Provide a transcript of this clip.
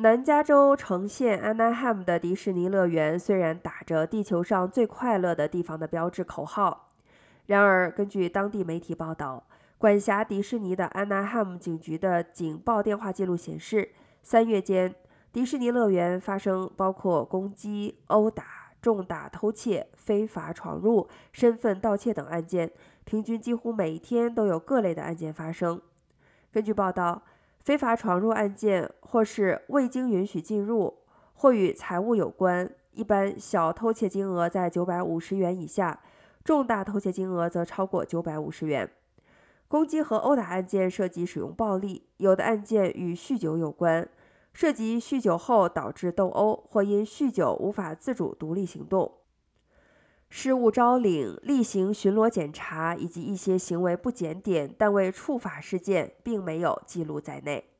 南加州城县安纳汉的迪士尼乐园虽然打着地球上最快乐的地方的标志口号，然而根据当地媒体报道，管辖迪士尼的安纳汉警局的警报电话记录显示，3月间迪士尼乐园发生包括攻击、殴打、重大偷窃、非法闯入、身份盗窃等案件，平均几乎每天都有各类的案件发生。根据报道，非法闯入案件或是未经允许进入，或与财物有关，一般小偷窃金额在950元以下，重大偷窃金额则超过950元。攻击和殴打案件涉及使用暴力，有的案件与酗酒有关，涉及酗酒后导致斗殴或因酗酒无法自主独立行动。失物招领、例行巡逻检查以及一些行为不检点但未触法事件并没有记录在内。